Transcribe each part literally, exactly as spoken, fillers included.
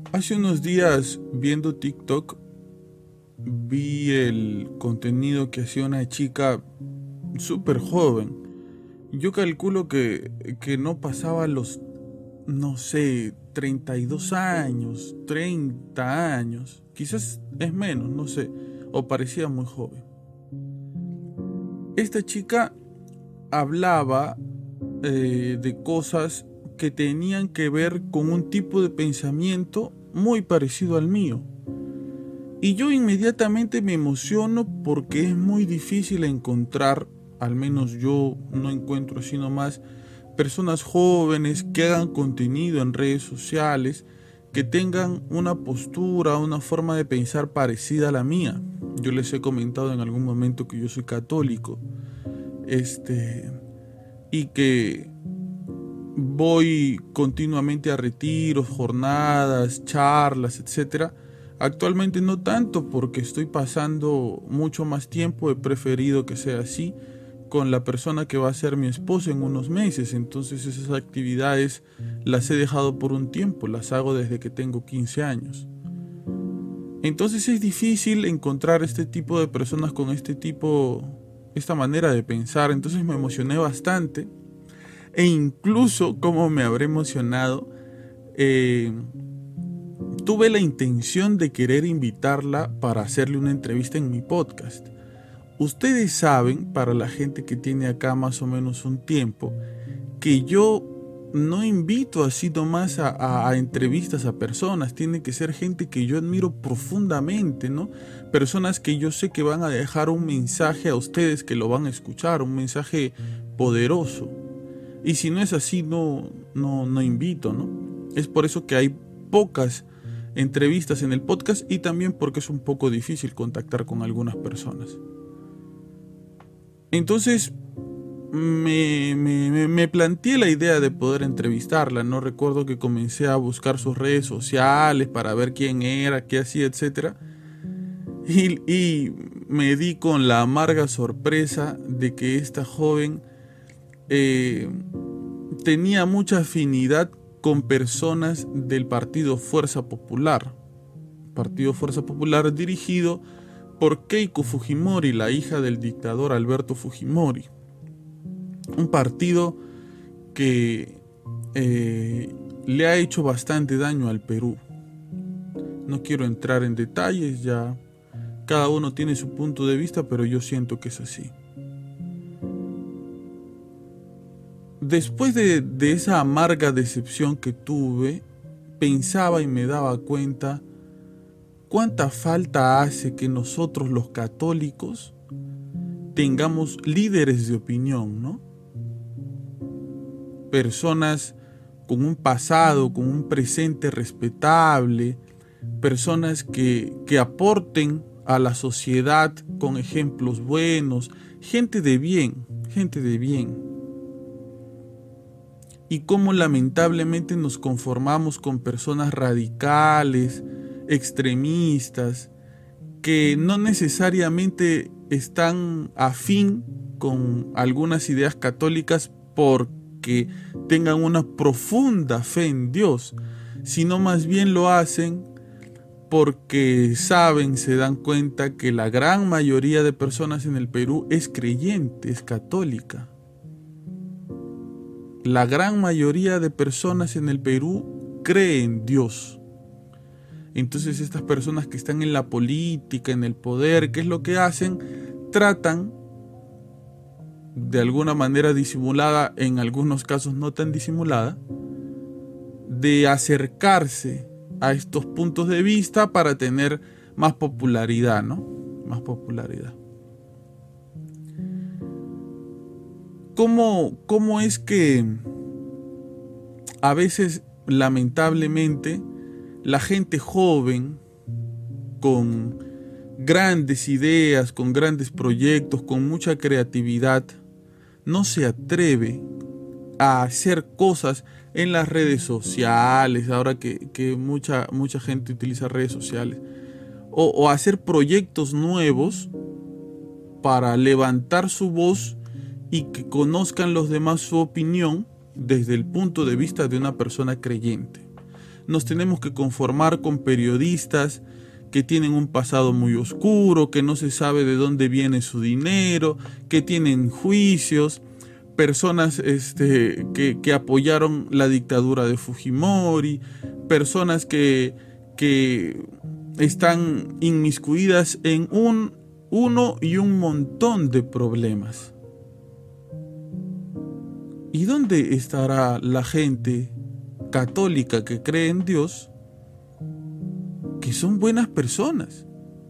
Hace unos días, viendo TikTok, vi el contenido que hacía una chica súper joven. Yo calculo que, que no pasaba los, no sé, treinta y dos años, treinta años. Quizás es menos, no sé, o parecía muy joven. Esta chica hablaba eh, de cosas que tenían que ver con un tipo de pensamiento muy parecido al mío. Y yo inmediatamente me emociono porque es muy difícil encontrar, al menos yo no encuentro así nomás, personas jóvenes que hagan contenido en redes sociales, que tengan una postura, una forma de pensar parecida a la mía. Yo les he comentado en algún momento que yo soy católico, este, y que voy continuamente a retiros, jornadas, charlas, etcétera. Actualmente no tanto porque estoy pasando mucho más tiempo, he preferido que sea así con la persona que va a ser mi esposa en unos meses, entonces esas actividades las he dejado por un tiempo, las hago desde que tengo quince años. Entonces es difícil encontrar este tipo de personas con este tipo, esta manera de pensar, entonces me emocioné bastante e incluso como me habré emocionado, eh, tuve la intención de querer invitarla para hacerle una entrevista en mi podcast. Ustedes saben, para la gente que tiene acá más o menos un tiempo, que yo no invito así nomás a, a, a entrevistas a personas. Tiene que ser gente que yo admiro profundamente, ¿no? Personas que yo sé que van a dejar un mensaje a ustedes, que lo van a escuchar, un mensaje poderoso. Y si no es así, no, no, no invito, ¿no? Es por eso que hay pocas entrevistas en el podcast y también porque es un poco difícil contactar con algunas personas. Entonces me, me, me planteé la idea de poder entrevistarla. No recuerdo que comencé a buscar sus redes sociales para ver quién era, qué hacía, etcétera. Y, y me di con la amarga sorpresa de que esta joven eh, tenía mucha afinidad con personas del partido Fuerza Popular. Partido Fuerza Popular dirigido por Keiko Fujimori, la hija del dictador Alberto Fujimori. Un partido que eh, le ha hecho bastante daño al Perú. No quiero entrar en detalles, ya cada uno tiene su punto de vista, pero yo siento que es así. Después de, de esa amarga decepción que tuve, pensaba y me daba cuenta cuánta falta hace que nosotros los católicos tengamos líderes de opinión, ¿no? Personas con un pasado, con un presente respetable, personas que, que aporten a la sociedad con ejemplos buenos, gente de bien, gente de bien. Y cómo lamentablemente nos conformamos con personas radicales, extremistas, que no necesariamente están afín con algunas ideas católicas porque tengan una profunda fe en Dios, sino más bien lo hacen porque saben, se dan cuenta que la gran mayoría de personas en el Perú es creyente, es católica. La gran mayoría de personas en el Perú cree en Dios. Entonces estas personas que están en la política, en el poder, ¿qué es lo que hacen? Tratan, de alguna manera disimulada, en algunos casos no tan disimulada, de acercarse a estos puntos de vista para tener más popularidad, ¿no? Más popularidad. ¿Cómo, cómo es que a veces, lamentablemente, la gente joven, con grandes ideas, con grandes proyectos, con mucha creatividad, no se atreve a hacer cosas en las redes sociales, ahora que, que mucha, mucha gente utiliza redes sociales, o, o hacer proyectos nuevos para levantar su voz y que conozcan los demás su opinión desde el punto de vista de una persona creyente? nos tenemos que conformar con periodistas que tienen un pasado muy oscuro, que no se sabe de dónde viene su dinero, que tienen juicios, personas este, que, que apoyaron la dictadura de Fujimori, personas que, que están inmiscuidas en un, uno y un montón de problemas. ¿Y dónde estará la gente católica que cree en Dios, que son buenas personas?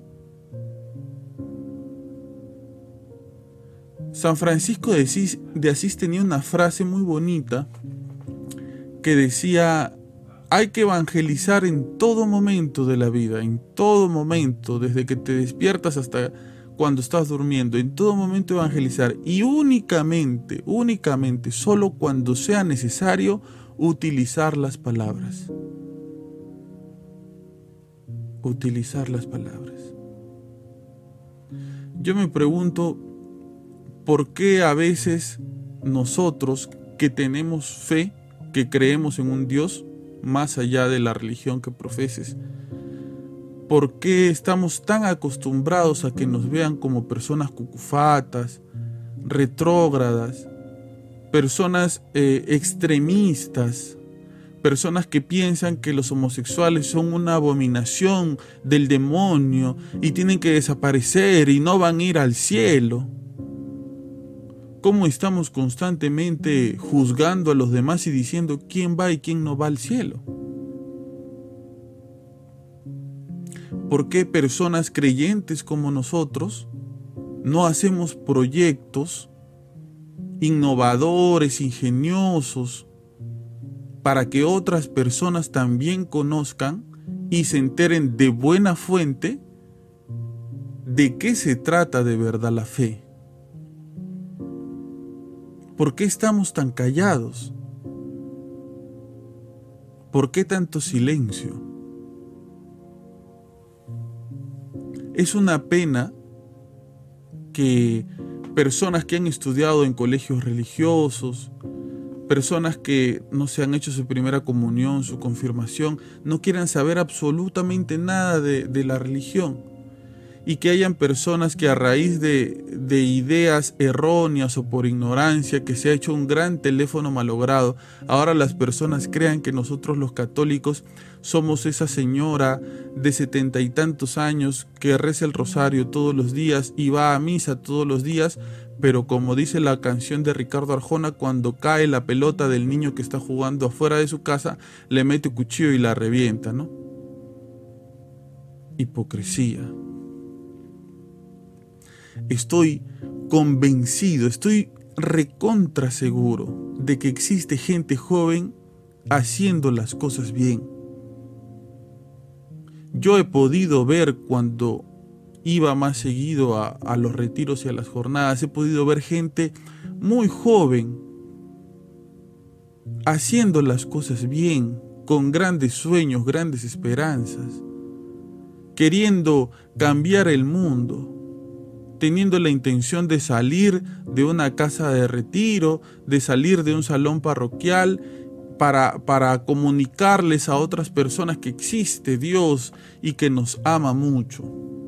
San Francisco de Asís, de Asís tenía una frase muy bonita que decía: hay que evangelizar en todo momento de la vida, en todo momento, desde que te despiertas hasta cuando estás durmiendo, en todo momento evangelizar, y únicamente, únicamente, solo cuando sea necesario, utilizar las palabras. Utilizar las palabras. Yo me pregunto, ¿por qué a veces nosotros que tenemos fe, que creemos en un Dios más allá de la religión que profeses, por qué estamos tan acostumbrados a que nos vean como personas cucufatas, retrógradas, personas eh, extremistas, personas que piensan que los homosexuales son una abominación del demonio y tienen que desaparecer y no van a ir al cielo? ¿Cómo estamos constantemente juzgando a los demás y diciendo quién va y quién no va al cielo? ¿Por qué personas creyentes como nosotros no hacemos proyectos innovadores, ingeniosos, para que otras personas también conozcan y se enteren de buena fuente de qué se trata de verdad la fe? ¿Por qué estamos tan callados? ¿Por qué tanto silencio? Es una pena que personas que han estudiado en colegios religiosos, personas que no se han hecho su primera comunión, su confirmación, no quieran saber absolutamente nada de, de la religión, y que hayan personas que a raíz de, de ideas erróneas o por ignorancia, que se ha hecho un gran teléfono malogrado, ahora las personas crean que nosotros los católicos somos esa señora de setenta y tantos años que reza el rosario todos los días y va a misa todos los días, pero como dice la canción de Ricardo Arjona, cuando cae la pelota del niño que está jugando afuera de su casa, le mete un cuchillo y la revienta, ¿no? Hipocresía. Estoy convencido, estoy recontra seguro de que existe gente joven haciendo las cosas bien. Yo he podido ver cuando iba más seguido a, a los retiros y a las jornadas, he podido ver gente muy joven haciendo las cosas bien, con grandes sueños, grandes esperanzas, queriendo cambiar el mundo, teniendo la intención de salir de una casa de retiro, de salir de un salón parroquial, para, para comunicarles a otras personas que existe Dios y que nos ama mucho.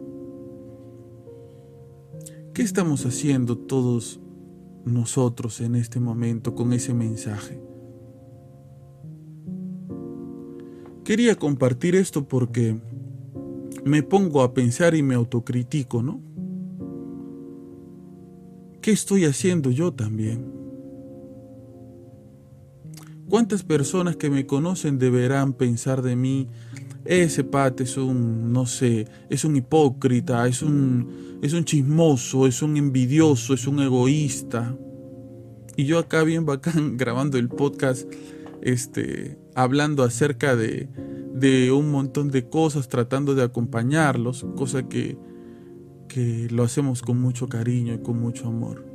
¿Qué estamos haciendo todos nosotros en este momento con ese mensaje? Quería compartir esto porque me pongo a pensar y me autocritico, ¿no? ¿Qué estoy haciendo yo también? ¿Cuántas personas que me conocen deberán pensar de mí: ese pata es un, no sé, es un hipócrita, es un, es un chismoso, es un envidioso, es un egoísta? Y yo acá bien bacán grabando el podcast, este, hablando acerca de, de un montón de cosas, tratando de acompañarlos, cosa que que lo hacemos con mucho cariño y con mucho amor.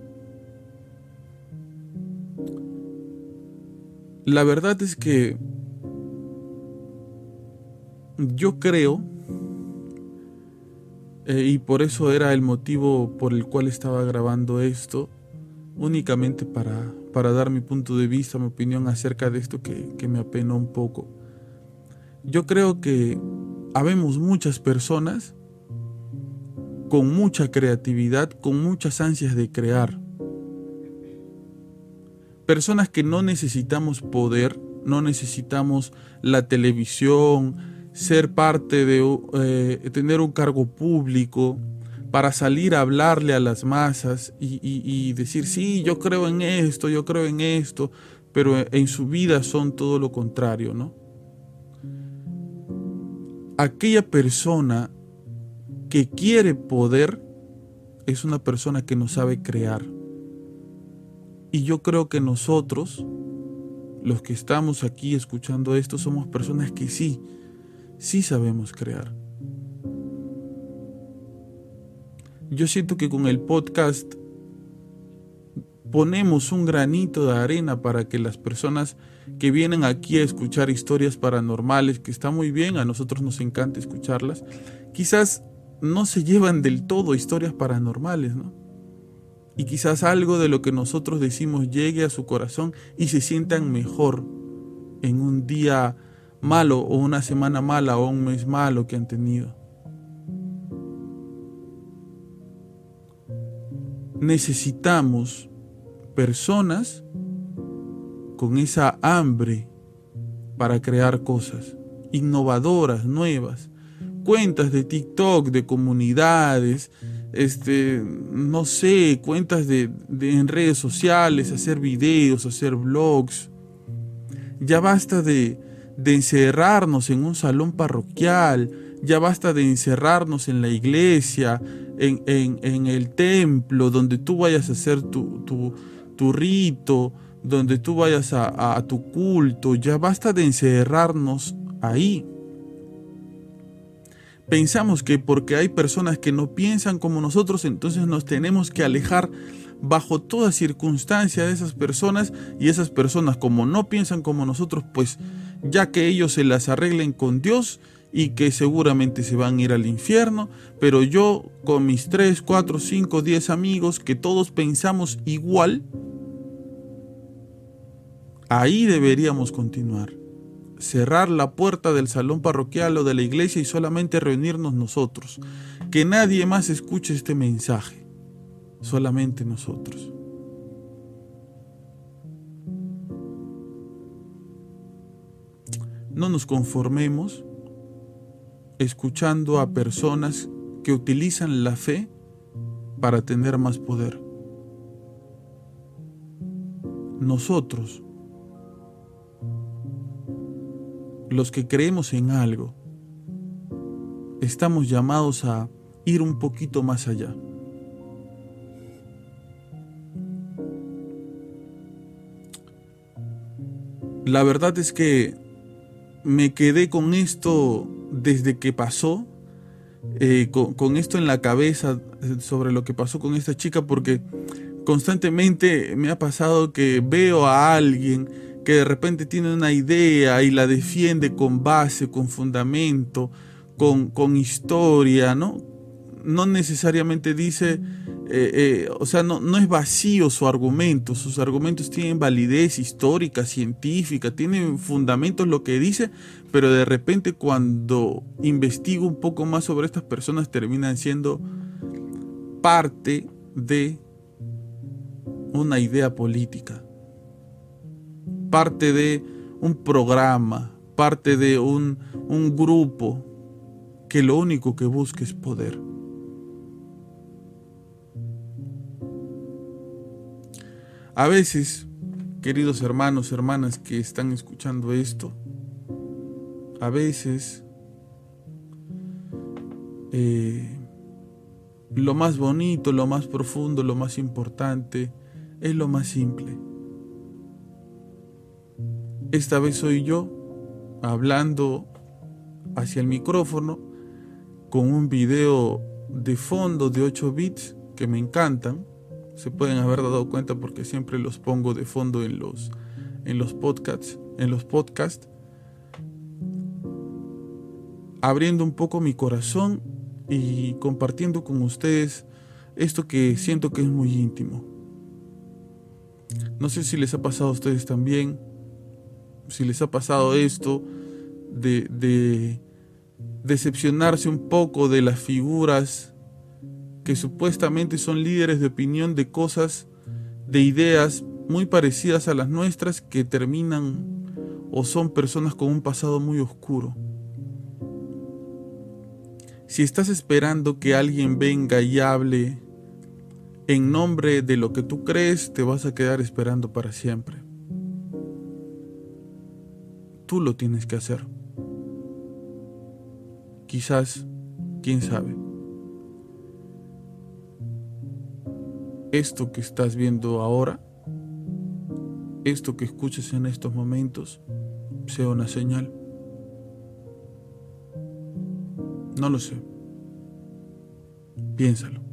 La verdad es que yo creo, eh, y por eso era el motivo por el cual estaba grabando esto, únicamente para, para dar mi punto de vista, mi opinión acerca de esto que, que me apenó un poco. Yo creo que habemos muchas personas con mucha creatividad, con muchas ansias de crear. Personas que no necesitamos poder, no necesitamos la televisión, ser parte de, eh, tener un cargo público para salir a hablarle a las masas y, y, y decir, sí, yo creo en esto, yo creo en esto, pero en su vida son todo lo contrario, ¿no? Aquella persona que quiere poder es una persona que no sabe crear. Y yo creo que nosotros, los que estamos aquí escuchando esto, somos personas que sí, sí sabemos crear. Yo siento que con el podcast ponemos un granito de arena para que las personas que vienen aquí a escuchar historias paranormales, que está muy bien, a nosotros nos encanta escucharlas, quizás no se llevan del todo historias paranormales, ¿no? Y quizás algo de lo que nosotros decimos llegue a su corazón y se sientan mejor en un día malo o una semana mala o un mes malo que han tenido. Necesitamos personas con esa hambre para crear cosas innovadoras, nuevas, cuentas de TikTok, de comunidades, este, no sé, cuentas de, de en redes sociales, hacer videos, hacer vlogs. Ya basta de, de encerrarnos en un salón parroquial, ya basta de encerrarnos en la iglesia, en, en, en el templo, donde tú vayas a hacer tu, tu, tu rito, donde tú vayas a, a, a tu culto, ya basta de encerrarnos ahí. Pensamos que porque hay personas que no piensan como nosotros, entonces nos tenemos que alejar bajo toda circunstancia de esas personas, y esas personas, como no piensan como nosotros, pues ya que ellos se las arreglen con Dios y que seguramente se van a ir al infierno, pero yo con mis tres, cuatro, cinco, diez amigos que todos pensamos igual, ahí deberíamos continuar. Cerrar la puerta del salón parroquial o de la iglesia y solamente reunirnos nosotros. Que nadie más escuche este mensaje. Solamente nosotros. No nos conformemos escuchando a personas que utilizan la fe para tener más poder. Nosotros, los que creemos en algo, estamos llamados a ir un poquito más allá. La verdad es que me quedé con esto desde que pasó, eh, con, con esto en la cabeza sobre lo que pasó con esta chica, porque constantemente me ha pasado que veo a alguien que de repente tiene una idea y la defiende con base, con fundamento, con, con historia, ¿no? No necesariamente dice, eh, eh, o sea, no, no es vacío su argumento, sus argumentos tienen validez histórica, científica, tienen fundamentos lo que dice, pero de repente cuando investigo un poco más sobre estas personas terminan siendo parte de una idea política, parte de un programa, parte de un, un grupo que lo único que busca es poder. A veces, queridos hermanos, hermanas que están escuchando esto, a veces eh, lo más bonito, lo más profundo, lo más importante es lo más simple. Esta vez soy yo hablando hacia el micrófono con un video de fondo de ocho bits que me encantan. Se pueden haber dado cuenta porque siempre los pongo de fondo en los, en los podcasts, en los podcasts, abriendo un poco mi corazón y compartiendo con ustedes esto que siento que es muy íntimo. No sé si les ha pasado a ustedes también. Si les ha pasado esto, de, de decepcionarse un poco de las figuras que supuestamente son líderes de opinión de cosas, de ideas muy parecidas a las nuestras, que terminan o son personas con un pasado muy oscuro. Si estás esperando que alguien venga y hable en nombre de lo que tú crees, te vas a quedar esperando para siempre. Tú lo tienes que hacer. Quizás, quién sabe, esto que estás viendo ahora, esto que escuchas en estos momentos, sea una señal. No lo sé. Piénsalo.